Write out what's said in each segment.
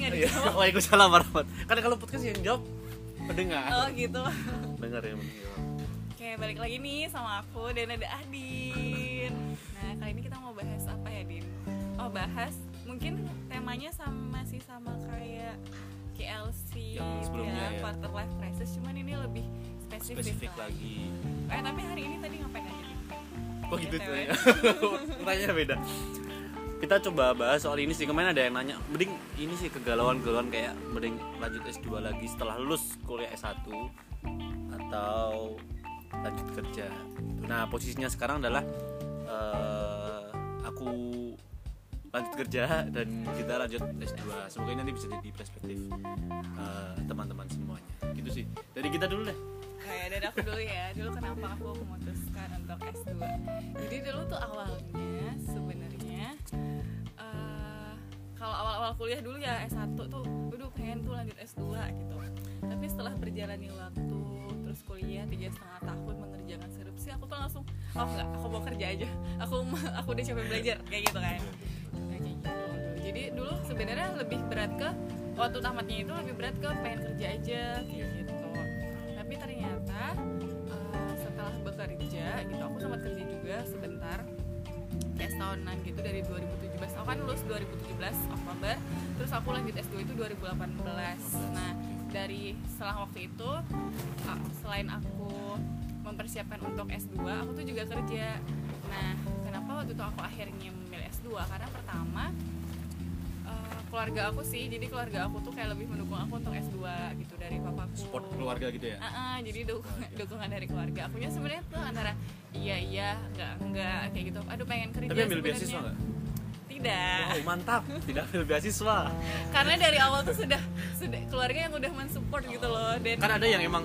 nggak Iya, dijawab. waalaikumsalam warahmatullahi. Karena kalau podcast yang jawab pendengar. Oh gitu. Dengar ya mendengar. Oke, balik lagi nih sama aku dan ada Adin. Nah, kali ini kita mau bahas apa ya, Din? Oh, bahas mungkin temanya sama kayak KLC Yang sebelumnya ya. quarter life crisis, cuman ini lebih spesifik Lagi. Tapi hari ini tadi ngapain aja, Din? Kok gitu BTW. ya? Pertanyaannya beda. Kita coba bahas soal ini sih. Kemarin ada yang nanya, mending ini sih kegalauan-galauan kayak mending lanjut S2 lagi setelah lulus kuliah S1 atau lanjut kerja. Nah, posisinya sekarang adalah aku lanjut kerja dan kita lanjut S2. Semoga ini nanti bisa jadi perspektif teman-teman semuanya. Gitu sih. Dari kita dulu deh. Dari aku dulu ya. Dulu kenapa aku memutuskan untuk S2? Jadi dulu tuh awalnya sebenarnya kalau awal-awal kuliah dulu ya S1 tuh pengen tuh lanjut S2 gitu. Tapi setelah berjalannya waktu terus kuliah 3,5 tahun mengerjakan skripsi, aku tuh langsung aku mau kerja aja. Aku udah capek belajar kayak gitu kan. Nah, kayak gitu. Jadi dulu sebenarnya lebih berat ke waktu tamatnya itu lebih berat ke pengen kerja aja kayak gitu. Tapi ternyata setelah bekerja gitu, aku sempat kerja juga sebentar kayak setahunan gitu dari 2017. Aku kan lulus 2017 Oktober, terus aku lanjut S2 itu 2018. Nah, dari selang waktu itu selain aku mempersiapkan untuk S2, aku tuh juga kerja. Nah, kenapa waktu itu aku akhirnya memilih S2? Karena pertama keluarga aku sih, jadi keluarga aku tuh kayak lebih mendukung aku untuk S2 gitu dari papaku. Support keluarga gitu ya. Jadi dukungan dari keluarga. Akunya sebenarnya tuh antara iya, enggak kayak gitu. Aduh pengen kerja. Tapi ambil beasiswa enggak? Tidak. Wow, mantap. Tidak ambil beasiswa. Karena dari awal tuh sudah keluarga yang udah mensupport gitu loh. Dan Kan ada yang emang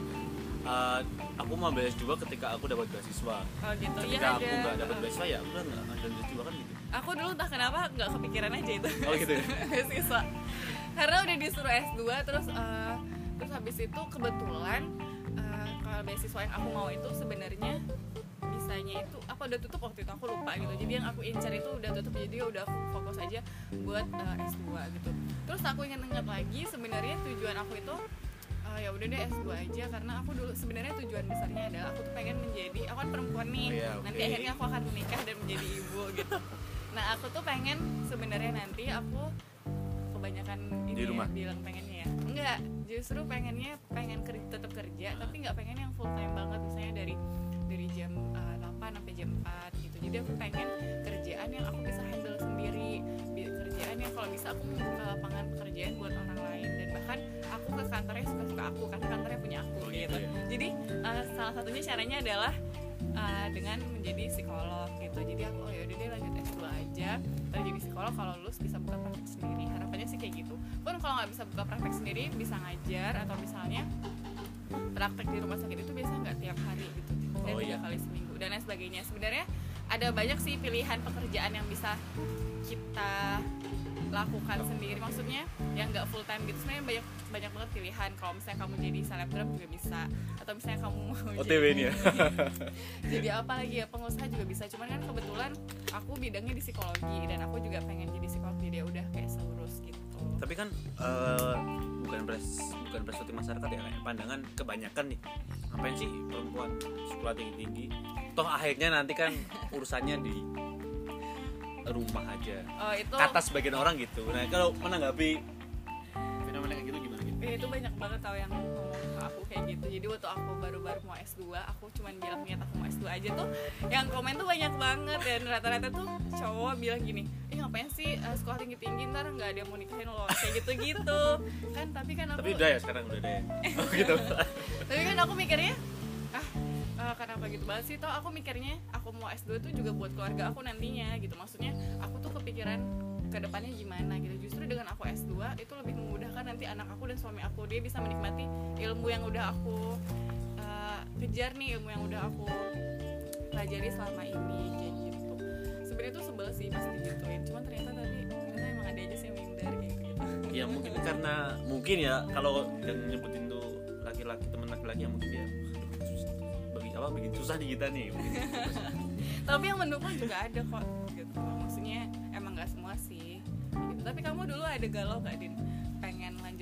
aku mau beasiswa ketika aku dapat beasiswa. oh gitu. Ketika Iya, aku ada. nggak dapat beasiswa ya udah nggak ada beasiswa kan gitu. Aku dulu entah kenapa nggak kepikiran aja itu. Oh gitu ya? Beasiswa. Karena udah disuruh S2 terus habis itu kebetulan kalau beasiswa yang aku mau itu sebenarnya bisanya itu apa udah tutup waktu itu, aku lupa gitu. Jadi yang aku incar itu udah tutup, jadi udah aku fokus aja buat S2 gitu. Terus aku ingat lagi sebenarnya tujuan aku itu ya udah deh S2 aja, karena aku dulu sebenarnya tujuan besarnya adalah aku tuh pengen menjadi, aku kan perempuan nih, nanti akhirnya aku akan menikah dan menjadi ibu gitu. Nah aku tuh pengen sebenarnya nanti aku kebanyakan ini di rumah. Ya, bilang pengennya ya enggak, justru pengen tetap kerja tapi nggak pengen yang full time banget, misalnya dari jam 8 sampai jam 4 gitu. Jadi aku pengen kerjaan yang aku bisa handle sendiri, kerjaan yang kalau bisa aku membuka lapangan pekerjaan buat orang lain, dan bahkan aku ke kantornya suka aku karena kantornya punya aku gitu. Jadi salah satunya caranya adalah dengan menjadi psikolog gitu. Jadi aku ya udah deh lanjut S2 aja, lalu jadi psikolog, kalau lulus bisa buka praktek sendiri. Harapannya sih kayak gitu. Pun kalau nggak bisa buka praktek sendiri bisa ngajar, atau misalnya praktek di rumah sakit itu biasanya nggak tiap hari gitu, dan 3 kali seminggu dan lain sebagainya. Sebenarnya ada banyak sih pilihan pekerjaan yang bisa kita lakukan sendiri, maksudnya yang nggak full time gitu. Sebenarnya banyak banget pilihan. Kalau misalnya kamu jadi selebgram juga bisa, atau misalnya kamu mau OTW nih ya. jadi apa lagi ya, pengusaha juga bisa. Cuman kan kebetulan aku bidangnya di psikologi dan aku juga pengen jadi psikolog, jadi ya udah kayak seurus gitu. Tapi kan bukan perspektif masyarakat ya, kayak pandangan kebanyakan nih, ngapain sih perempuan sekolah tinggi-tinggi, toh akhirnya nanti kan urusannya di rumah aja. Itu Kata sebagian orang gitu. Nah kalau menanggapi fenomena kayak gitu gimana gitu? itu banyak banget tau yang ngomong ke aku kayak gitu. Jadi waktu aku baru-baru mau S2, aku cuman bilang niat aku mau S2 aja tuh, yang komen tuh banyak banget, dan rata-rata tuh cowok bilang gini, ngapain sih sekolah tinggi-tinggi, ntar nggak ada yang mau nikahin lo, kayak gitu-gitu kan. Tapi kan aku Tapi udah ya sekarang udah deh. Gitu. tapi kan aku mikirnya kenapa gitu banget sih. Toh aku mikirnya aku mau S2 tuh juga buat keluarga aku nantinya gitu. Maksudnya aku tuh kepikiran ke depannya gimana gitu. Justru dengan aku S2 itu lebih memudahkan nanti anak aku dan suami aku, dia bisa menikmati ilmu yang udah aku kejar nih, ilmu yang udah aku pelajari selama ini kayak gitu. Sebenarnya tuh sebel sih pas digituin, cuman ternyata emang ada aja sih yang minder kayak gitu. Ya mungkin ya kalau yang nyebutin tuh laki-laki, teman laki-laki ya mungkin dia bikin susah di kita nih. Tapi yang mendukung juga ada kok gitu. Maksudnya emang nggak semua sih gitu. Tapi kamu dulu ada galau gak, Din?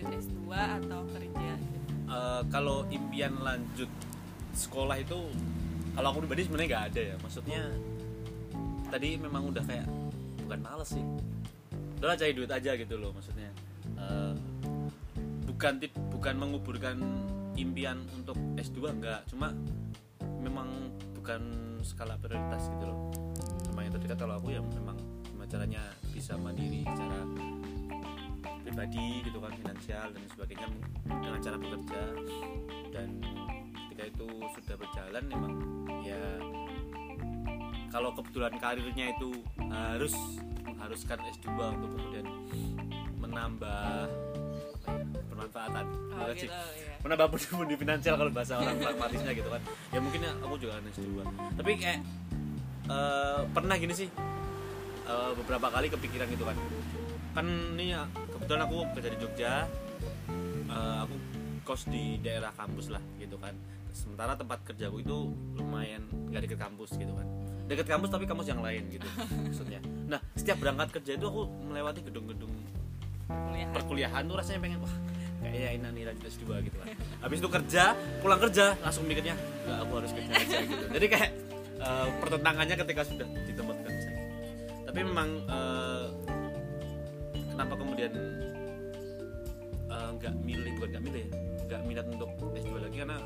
lanjut S2 atau kerja gitu? Kalau impian lanjut sekolah itu kalau aku pribadi sebenarnya nggak ada ya, maksudnya tadi memang udah kayak bukan males sih, udahlah cari duit aja gitu loh, maksudnya bukan menguburkan impian untuk S2 enggak, cuma memang bukan skala prioritas gitu loh. Memang yang terdekat kalau aku ya memang gimana caranya bisa mandiri secara pribadi gitu kan, finansial dan sebagainya dengan cara bekerja, dan ketika itu sudah berjalan memang ya kalau kebetulan karirnya itu mengharuskan S2 untuk kemudian menambah bermanfaatan, Gitu, ya. menambah pundi finansial kalau bahasa orang pragmatisnya gitu kan, ya mungkin aku juga akan S2. Tapi kayak pernah gini sih, beberapa kali kepikiran gitu kan ini ya, kebetulan aku kerja di Jogja, aku kos di daerah kampus lah gitu kan, sementara tempat kerjaku itu lumayan nggak deket kampus gitu kan, deket kampus tapi kampus yang lain gitu maksudnya. Nah setiap berangkat kerja itu aku melewati gedung-gedung perkuliahan tuh rasanya pengen, wah kayaknya enak nih lanjut S2 gitu kan. Habis itu pulang kerja langsung mikirnya nggak, aku harus kerja aja gitu. Jadi kayak pertentangannya ketika sudah di tempat kerja. Tapi memang kenapa kemudian nggak minat untuk S2 lagi, karena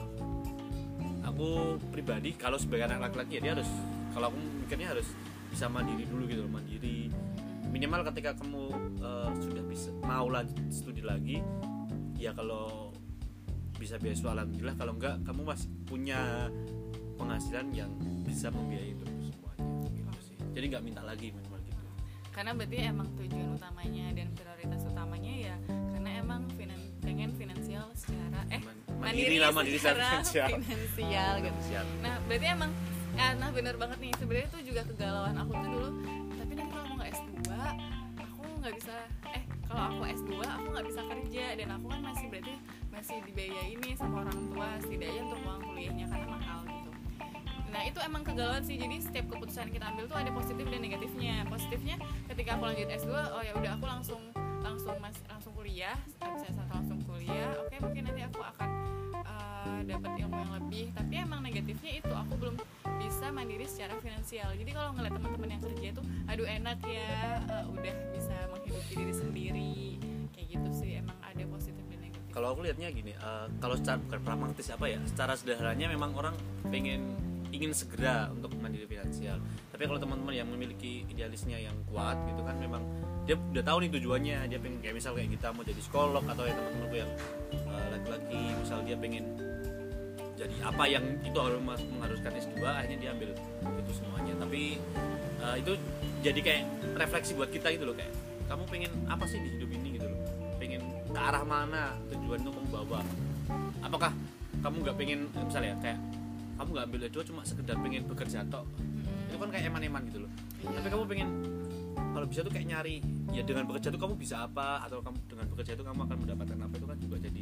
aku pribadi kalau sebagai anak laki-laki ya dia harus, kalau aku mikirnya harus bisa mandiri dulu gitu loh, mandiri minimal ketika kamu sudah bisa mau lanjut studi lagi ya, kalau bisa beasiswa alhamdulillah, kalau enggak kamu masih punya penghasilan yang bisa membiayai itu semuanya gitu sih. Jadi nggak minta lagi minimal gitu. Karena berarti emang tujuan utamanya dan prioritas utamanya ya karena emang pengen finansial secara mandiri secara finansial gitu. Nah berarti emang nah bener banget nih, sebenarnya itu juga kegalauan aku tuh dulu, tapi nanti kalau mau nggak S2 aku nggak bisa, kalau aku S2 aku nggak bisa kerja, dan aku kan masih dibiayai ini sama orang tua setidaknya untuk uang kuliahnya karena mahal gitu. Nah itu emang kegalauan sih, jadi setiap keputusan kita ambil tuh ada positif dan negatifnya. Positifnya ketika aku lanjut S2, oh ya udah aku langsung kuliah, habis S1 langsung kuliah, oke mungkin nanti aku akan dapat ilmu yang lebih. Tapi emang negatifnya itu aku belum bisa mandiri secara finansial. Jadi kalau ngeliat teman-teman yang kerja itu aduh enak ya, udah bisa menghidupi diri sendiri kayak gitu sih. Emang ada positif dan negatif. Kalau aku lihatnya gini, kalau secara bukan pragmatis secara sederhananya memang orang ingin segera untuk mandiri finansial. Tapi kalau teman-teman yang memiliki idealisnya yang kuat gitu kan, memang dia udah tahu nih tujuannya, dia pengen kayak misal kayak kita mau jadi psikolog, atau ya teman-temanku yang laki-laki misal dia pengen jadi apa yang itu harus mengharuskan S2, akhirnya dia ambil itu semuanya. Tapi itu jadi kayak refleksi buat kita gitu loh, kayak kamu pengen apa sih di hidup ini gitu loh, pengen ke arah mana, tujuan itu kamu bawa. Apakah kamu nggak pengen misalnya kayak kamu nggak ambil S2 cuma sekedar pengen bekerja tok, itu kan kayak eman-eman gitu loh. Tapi kamu pengen kalau bisa tuh kayak nyari ya dengan bekerja tuh kamu bisa apa, atau kamu dengan bekerja itu kamu akan mendapatkan apa, itu kan juga jadi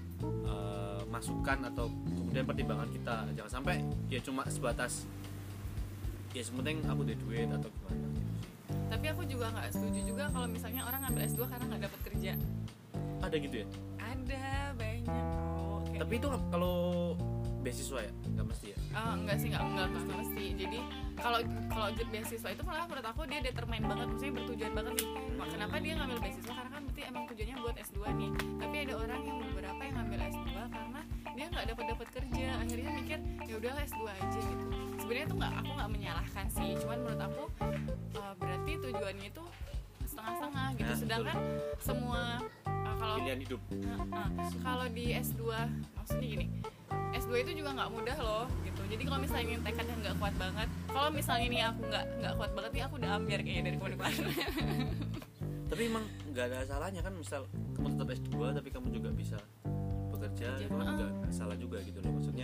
masukan atau kemudian pertimbangan kita. Jangan sampai ya cuma sebatas ya sementing aku ada duit atau gimana gitu sih. Tapi aku juga nggak setuju juga kalau misalnya orang ngambil S2 karena nggak dapat kerja. Ada gitu ya? Ada banyak kok. Tapi itu kalau beasiswa ya? Nggak mesti ya? Enggak sih, nggak mesti. Jadi kalau beasiswa itu malah menurut aku dia determine banget, maksudnya bertujuan banget nih. Kenapa dia ngambil beasiswa? Karena kan berarti emang tujuannya buat S2 nih. Tapi ada orang yang beberapa yang ngambil S2 karena dia nggak dapat kerja, akhirnya mikir ya udahlah S2 aja gitu. Sebenarnya tuh aku nggak menyalahkan sih, cuman menurut aku berarti tujuannya itu setengah-setengah gitu. Sedangkan semua kalau pilihan hidup. Kalau di S2 maksudnya gini, S2 itu juga nggak mudah loh gitu. Jadi kalau misalnya tekadnya nggak kuat banget, kalau misalnya nih aku nggak kuat banget nih, aku udah ambiar kayaknya dari kemarin. Tapi emang nggak ada salahnya kan, misal kamu tetap S2 tapi kamu juga bisa bekerja, itu kan nggak salah juga gitu loh. Maksudnya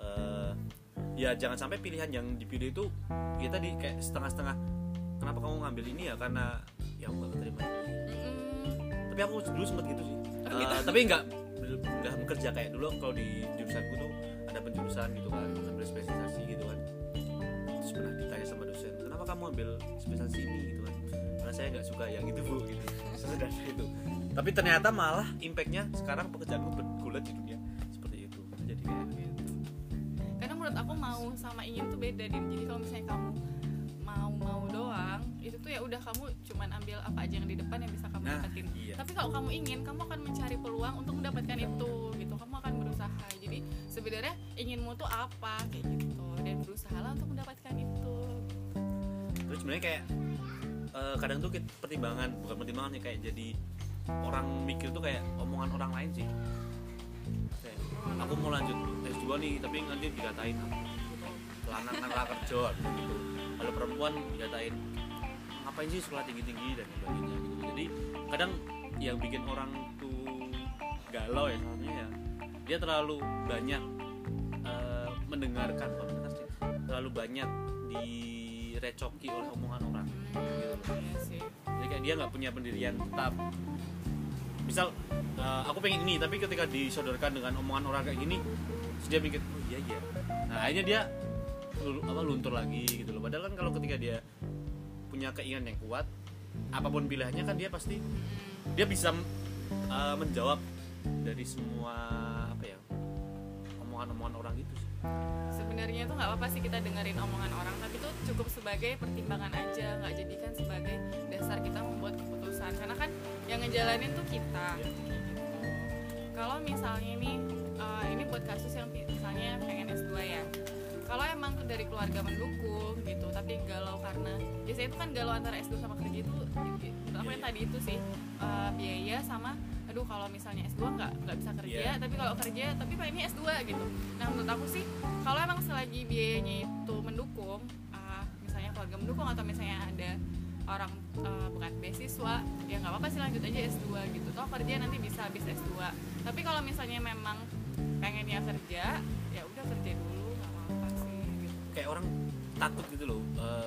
ya jangan sampai pilihan yang dipilih itu ya tadi kayak setengah-setengah. Kenapa kamu ngambil ini ya karena ya aku nggak terima ini. Tapi aku dulu sempet gitu sih. Tapi nggak bekerja kayak dulu. Kalau di jurusanku tuh ada penjurusan gitu kan, ambil spesialisasi gitu kan. Terus pernah ditanya sama dosen, kenapa kamu ambil spesialisasi ini gitu kan? karena saya nggak suka yang itu bu gitu. Sesederhana itu. Tapi ternyata malah impactnya sekarang pekerjaanku bergulat di dunia seperti itu. Jadi kayak gitu. Karena menurut aku mau sama ingin tuh beda Din. Jadi kalau misalnya kamu mau doang, itu tuh ya udah kamu cuman ambil apa aja yang di depan yang bisa kamu dapetin. Iya. Tapi kalau kamu ingin, kamu akan mencari peluang untuk mendapatkan itu gitu. Kamu akan berusaha. Jadi sebenarnya inginmu tuh apa kayak gitu, dan berusahalah untuk mendapatkan itu. Terus sebenarnya kayak kadang tuh bukan pertimbangan ya, kayak jadi orang mikir tuh kayak omongan orang lain sih. Kayak, aku mau lanjut S2 nih, tapi nanti dikatain lanang nang kerja gitu. Kalau perempuan dikatain ngapain sih sekolah tinggi-tinggi dan sebagainya gitu. Jadi kadang yang bikin orang tuh galau ya soalnya ya dia terlalu banyak mendengarkan terlalu banyak direcoki oleh omongan orang gitu. Iya sih. Jadi kayak dia nggak punya pendirian tetap. Misal aku pengen ini, tapi ketika disodorkan dengan omongan orang kayak gini, terus dia mikir oh iya. Nah akhirnya dia luntur lagi gitu loh. Padahal kan kalau ketika dia punya keinginan yang kuat, apapun pilihannya kan dia pasti dia bisa menjawab dari semua omongan-omongan orang itu sih. Sebenarnya itu nggak apa-apa sih kita dengerin omongan orang, tapi itu cukup sebagai pertimbangan aja, nggak jadikan sebagai dasar kita membuat keputusan. Karena kan yang ngejalanin tuh kita. Gitu. Kalau misalnya ini buat kasus yang misalnya pengen S2 ya. Kalau emang dari keluarga mendukung gitu, tapi galau karena biasanya itu kan galau antara S2 sama kerja itu menurut aku yang tadi itu sih biaya sama aduh kalau misalnya S2 nggak bisa kerja, tapi kalau kerja tapi pengennya S2 gitu. Nah menurut aku sih kalau emang selagi biayanya itu mendukung, misalnya keluarga mendukung atau misalnya ada orang bukan beasiswa, ya nggak apa-apa sih lanjut aja S2 gitu. Toh kerja nanti bisa habis S2. Tapi kalau misalnya memang pengennya kerja, ya udah kerja dulu, nggak apa-apa sih gitu. Kayak orang takut gitu loh,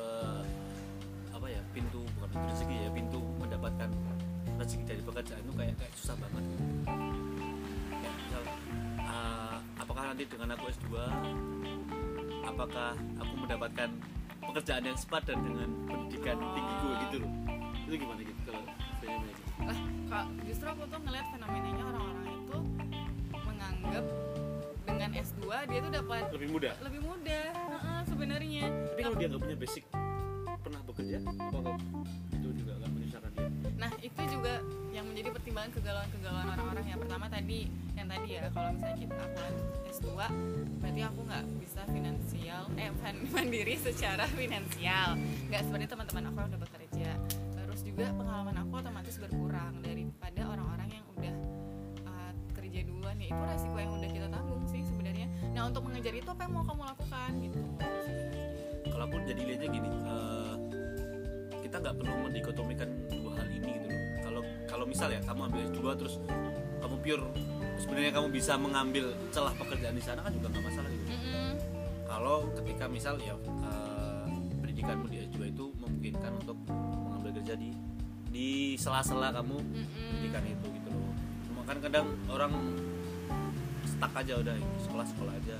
pintu rezeki ya, pintu mendapatkan rezeki dari pekerjaan itu kayak susah banget gitu. Kayak misal apakah nanti dengan aku S2 apakah aku mendapatkan pekerjaan yang sepadan dengan pendidikan tinggi gue gitu loh. Itu gimana gitu kalau fenomena gitu? Kak, justru aku tuh ngeliat fenomenanya orang-orang itu menganggap dengan S2 dia tuh dapat lebih mudah sebenarnya. Tapi kalau dia nggak punya basic pernah bekerja, apakah itu juga akan menyusahkan dia? Nah itu juga yang menjadi pertimbangan kegalauan orang-orang. Yang pertama tadi ya, kalau misalnya aku lanjut S2 berarti aku nggak bisa mandiri secara finansial, nggak seperti teman-teman aku yang udah bekerja. Terus juga pengalaman aku otomatis berkurang daripada orang-orang yang udah kerja duluan. Ya itu resiko yang udah kita tanggung sih sebenarnya. Nah untuk mengejar itu apa yang mau kamu lakukan gitu? Kalau aku jadi lihatnya gini, kita nggak perlu mendikotomikan dua hal ini gitu loh. Kalau misal ya kamu ambil S2 terus kamu pure sebenarnya kamu bisa mengambil celah pekerjaan di sana kan juga nggak masalah gitu. Kalau ketika misal ya pendidikanmu di S2 itu memungkinkan untuk mengambil kerja di sela-sela kamu pendidikan itu gitu loh. Cuma kan kadang orang stuck aja udah sekolah aja.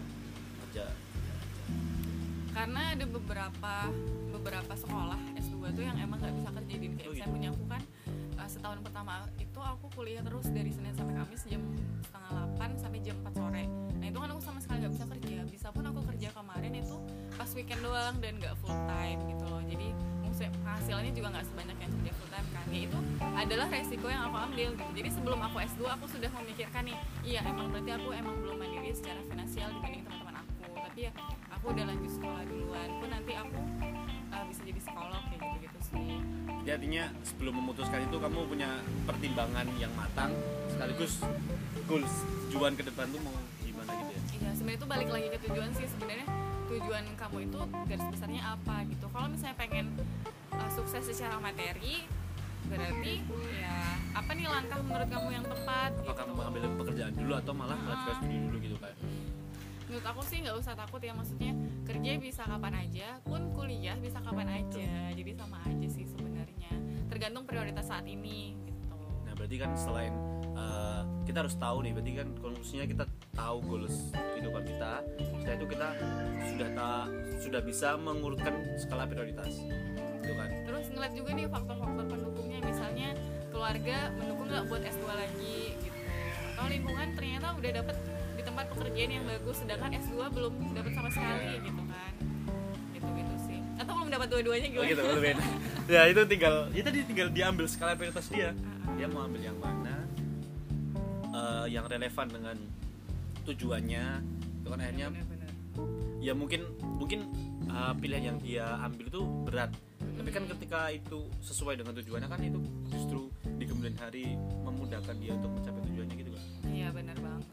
Karena ada beberapa sekolah S2 tuh yang emang nggak bisa kerja di kayak saya punya aku kan setahun pertama itu aku kuliah terus dari Senin sampai Kamis jam 7:30 sampai jam 4 sore. Nah itu kan aku sama sekali nggak bisa kerja. Bisa pun aku kerja kemarin itu pas weekend doang dan nggak full time gitu loh. Jadi penghasilannya juga nggak sebanyak yang kerja full time kan. Ya itu adalah resiko yang aku ambil gitu. Jadi sebelum aku S2 aku sudah memikirkan nih, iya emang berarti aku emang belum mandiri secara finansial dibanding teman-teman aku. Tapi ya aku udah lanjut sekolah duluan pun nanti aku bisa jadi psikolog kayak gitu sih. Jadi artinya sebelum memutuskan itu kamu punya pertimbangan yang matang sekaligus goals tujuan ke depan tuh mau gimana gitu ya? Iya sebenarnya itu balik lagi ke tujuan sih sebenarnya. Tujuan kamu itu garis besarnya apa gitu. Kalau misalnya pengen sukses secara materi, berarti ya apa nih langkah menurut kamu yang tepat? Apakah gitu. mengambil pekerjaan dulu atau malah melanjutkan studi dulu gitu kan? Menurut aku sih nggak usah takut ya, maksudnya kerja bisa kapan aja, pun kuliah bisa kapan aja. Jadi sama aja sih sebenarnya. Tergantung prioritas saat ini gitu. Nah berarti kan selain kita harus tahu nih, berarti kan konklusinya kita tahu goals kehidupan kita, setelah itu kita sudah bisa mengurutkan skala prioritas, gitu kan. Terus ngeliat juga nih faktor-faktor pendukungnya, misalnya keluarga mendukung nggak buat S2 lagi gitu, atau lingkungan ternyata udah dapet di tempat pekerjaan yang bagus sedangkan S2 belum dapat sama sekali gitu kan, gitu sih, atau belum dapat dua-duanya Oh gimana? gitu, berbeda. Ya itu tinggal diambil skala prioritas dia mau ambil yang mana, yang relevan dengan tujuannya, itu kan akhirnya Benar-benar. ya mungkin pilihan yang dia ambil itu berat, tapi kan ketika itu sesuai dengan tujuannya kan itu justru di kemudian hari memudahkan dia untuk mencapai tujuannya gitu kan. Iya benar banget.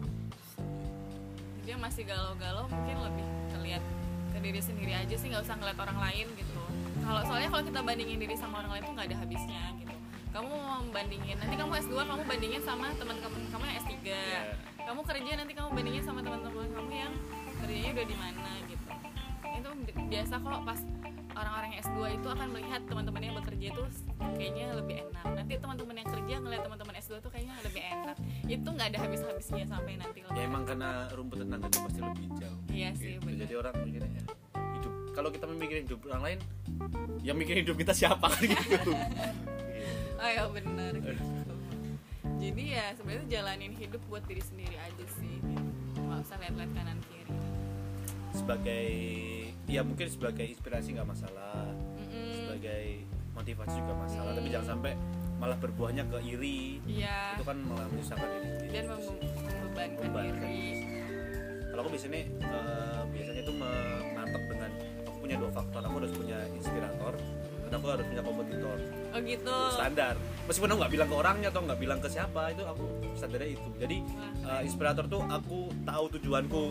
Dia masih galau-galau mungkin lebih terlihat ke diri sendiri aja sih, nggak usah ngeliat orang lain gitu. Soalnya kalau kita bandingin diri sama orang lain tuh nggak ada habisnya gitu. Kamu mau membandingin, nanti kamu S2 kamu bandingin sama teman-teman kamu yang S3. Kamu kerja nanti kamu bandingin sama teman-teman kamu yang kerjanya udah di mana gitu. Itu biasa kok, pas orang-orang yang S2 itu akan melihat teman-teman yang bekerja itu kayaknya lebih enak. Nanti teman-teman yang kerja ngeliat teman-teman S2 tuh kayaknya lebih enak. Itu nggak ada habis-habisnya sampai nanti. Ya emang karena rumput tetangga itu pasti lebih hijau. Iya sih, Gitu. benar. Jadi orang mikirnya ya, hidup, kalau kita memikirin hidup orang lain, yang mikirin hidup kita siapa kan gitu. Oh ya benar gitu. Jadi ya sebenarnya jalanin hidup buat diri sendiri aja sih, nggak usah lihat-lihat kanan kiri. Sebagai ya mungkin sebagai inspirasi nggak masalah, sebagai motivasi juga masalah, tapi jangan sampai malah berbuahnya ke iri. Iya. Itu kan malah menyusahkan diri sendiri Dan membebankan diri. Kalau aku biasanya itu mantap dengan aku punya dua faktor, aku harus punya inspirator dan aku harus punya kompetitor. Oh gitu. Standar, meskipun aku nggak bilang ke orangnya atau nggak bilang ke siapa, itu aku standarnya itu. Jadi inspirator tuh aku tahu tujuanku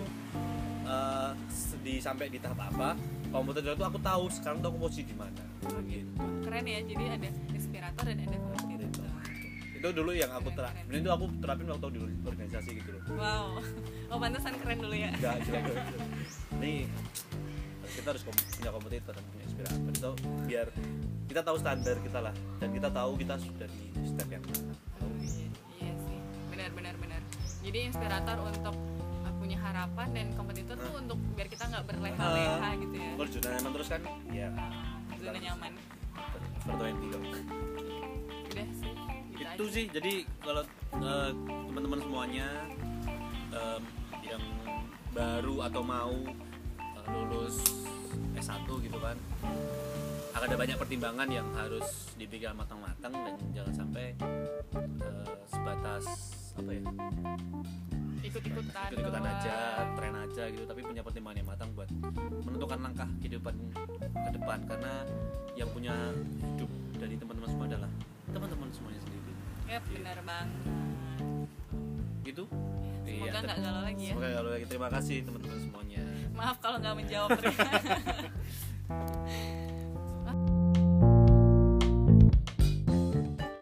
sampai di tahap apa. Kompetitor tuh aku tahu sekarang tuh aku posisi di mana. Oh gitu. Keren ya, jadi ada inspirator dan ada kompetitor. Itu dulu yang aku Keren. terapin, itu aku terapin waktu di organisasi gitu loh. Wow. Oh pantesan keren dulu ya. Enggak jelek. Ini kita harus punya kompetitor dan punya inspirator itu biar kita tahu standar kita lah, dan kita tahu kita sudah di step yang mana. Oh, iya sih, benar. Jadi inspirator untuk punya harapan, dan kompetitor tuh untuk biar kita nggak berleha-leha gitu ya. Kalau zona nyaman terus kan ya Zona nyaman. for 20 dong. Udah sih gitu Itu aja. sih, jadi kalau teman-teman semuanya yang baru atau mau lulus S1 gitu kan, akan ada banyak pertimbangan yang harus dipikir matang-matang, dan jangan sampai sebatas apa ya, ikut-ikutan doang. aja, tren aja gitu, tapi punya pertimbangan yang matang buat menentukan langkah kehidupan ke depan, karena yang punya hidup dari teman-teman semua adalah teman-teman semuanya sendiri. Yap, benar banget. Gitu. Semoga nggak galau lagi ya. Semoga galau lagi. Terima kasih teman-teman semuanya. Maaf kalau nggak menjawab.